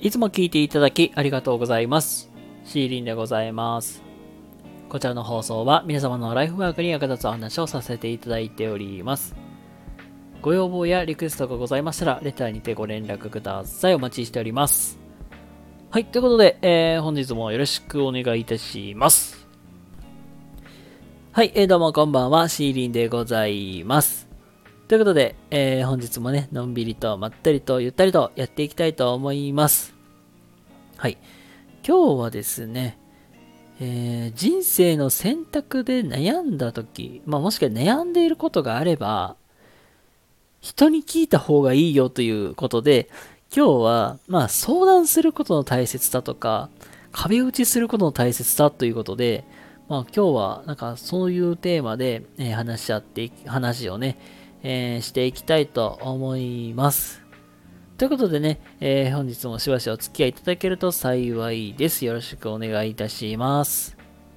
いつも聞いていただきありがとうございます。シーリンでございます。こちらの放送は皆様のライフワークに役立つお話をさせていただいております。ご要望やリクエストがございましたら、レターにてご連絡ください。お待ちしております。はい、ということで、本日もよろしくお願いいたします。はい、どうもこんばんは、シーリンでございます。ということで、本日もね、のんびりとまったりとゆったりとやっていきたいと思います。はい。今日はですね、人生の選択で悩んだ時、もしくは悩んでいることがあれば、人に聞いた方がいいよということで、今日は、相談することの大切さとか、壁打ちすることの大切さということで、今日は、そういうテーマで、話をね、していきたいと思います。ということでね、本日もしばしお付き合いいただけると幸いです。よろしくお願いいたします。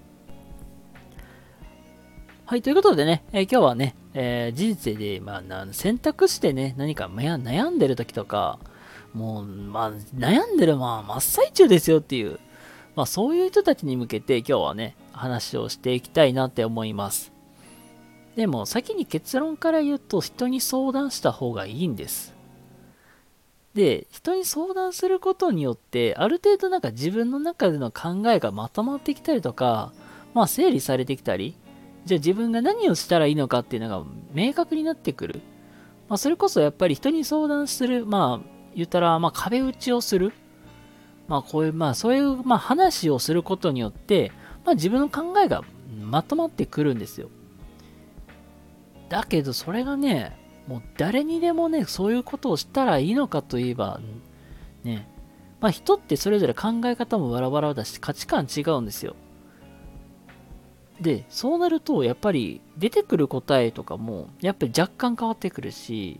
はい、ということでね、今日はね、人生で、選択してね、何か悩んでる時とか、もう、悩んでる真っ最中ですよっていう、そういう人たちに向けて今日はね、話をしていきたいなって思います。でも、先に結論から言うと、人に相談した方がいいんです。で、人に相談することによって、ある程度自分の中での考えがまとまってきたりとか、整理されてきたり、じゃあ自分が何をしたらいいのかっていうのが明確になってくる。それこそやっぱり人に相談する、言ったら、壁打ちをする。こういう、そういう、話をすることによって、自分の考えがまとまってくるんですよ。だけど、それがね、もう誰にでもね、そういうことをしたらいいのかといえば、ね、人ってそれぞれ考え方もバラバラだし、価値観違うんですよ。で、そうなると、やっぱり出てくる答えとかも、やっぱり若干変わってくるし、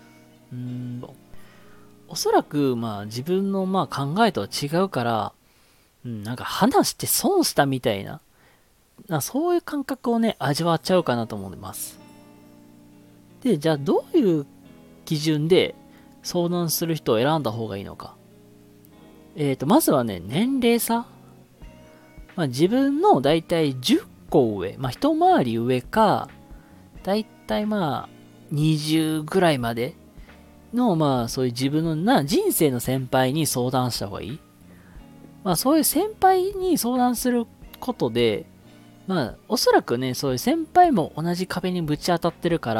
おそらく、自分の考えとは違うから、話して損したみたいな、そういう感覚をね、味わっちゃうかなと思います。で、じゃあどういう基準で相談する人を選んだ方がいいのか。まずはね、年齢差。自分のだいたい10個上、一回り上か、だいたい20ぐらいまでの、そういう自分の人生の先輩に相談した方がいい。そういう先輩に相談することで、おそらくね、そういう先輩も同じ壁にぶち当たってるから、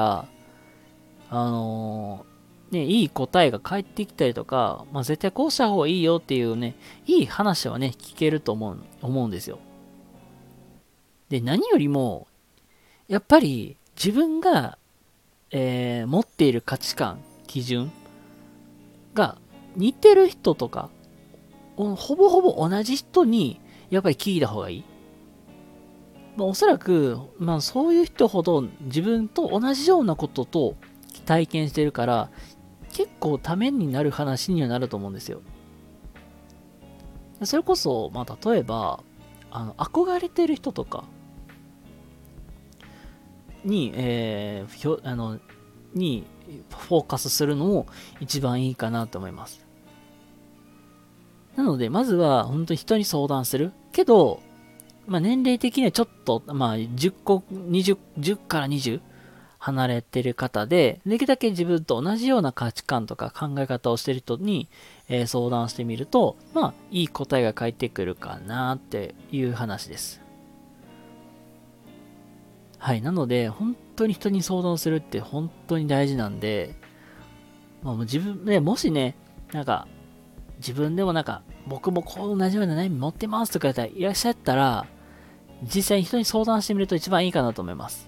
いい答えが返ってきたりとか、絶対こうした方がいいよっていうね、いい話はね、聞けると思うんですよ。で、何よりも、やっぱり自分が、持っている価値観、基準が似てる人とか、ほぼほぼ同じ人に、やっぱり聞いた方がいい。おそらく、そういう人ほど自分と同じようなことと体験してるから、結構ためになる話にはなると思うんですよ。それこそ、例えば、憧れてる人とかに、にフォーカスするのも一番いいかなと思います。なので、まずは本当に人に相談する。けど、年齢的にはちょっと、10個、20、10から20離れてる方で、できるだけ自分と同じような価値観とか考え方をしてる人に、相談してみると、いい答えが返ってくるかなっていう話です。はい。なので、本当に人に相談するって本当に大事なんで、もう自分で、もしね、自分でも僕もこう同じような悩み持ってますとかいらっしゃったら、実際に人に相談してみると一番いいかなと思います。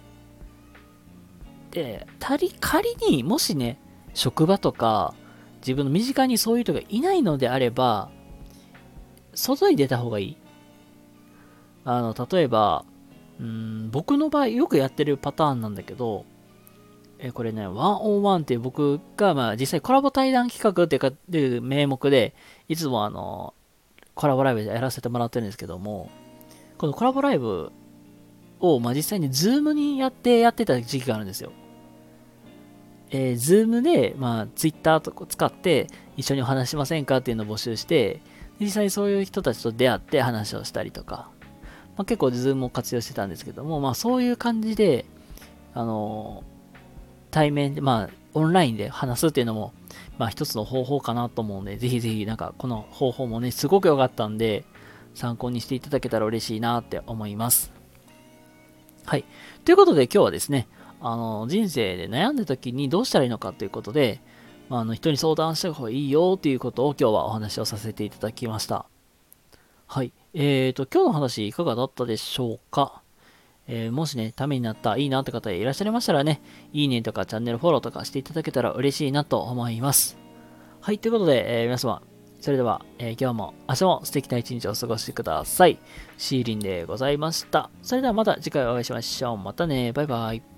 で、仮にもしね、職場とか、自分の身近にそういう人がいないのであれば、外に出た方がいい。例えば、僕の場合よくやってるパターンなんだけど、これね、ワンオンワンっていう僕が、実際コラボ対談企画っていう名目で、いつもコラボライブでやらせてもらってるんですけども、このコラボライブを、実際にズームにやってた時期があるんですよ。 Zoom で、Twitter とか使って一緒にお話しませんかっていうのを募集して、実際そういう人たちと出会って話をしたりとか、結構 Zoom を活用してたんですけども、そういう感じで、対面で、オンラインで話すっていうのも、一つの方法かなと思うんで、ぜひぜひ、この方法もね、すごく良かったんで、参考にしていただけたら嬉しいなって思います。はい。ということで今日はですね、人生で悩んだ時にどうしたらいいのかということで、人に相談した方がいいよということを今日はお話をさせていただきました。はい。今日の話いかがだったでしょうか。もしね、ためになった、いいなって方いらっしゃいましたらね、いいねとかチャンネルフォローとかしていただけたら嬉しいなと思います。はい。ということで、皆様、それでは、今日も明日も素敵な一日をお過ごしください。シーリンでございました。それではまた次回お会いしましょう。またね。バイバイ。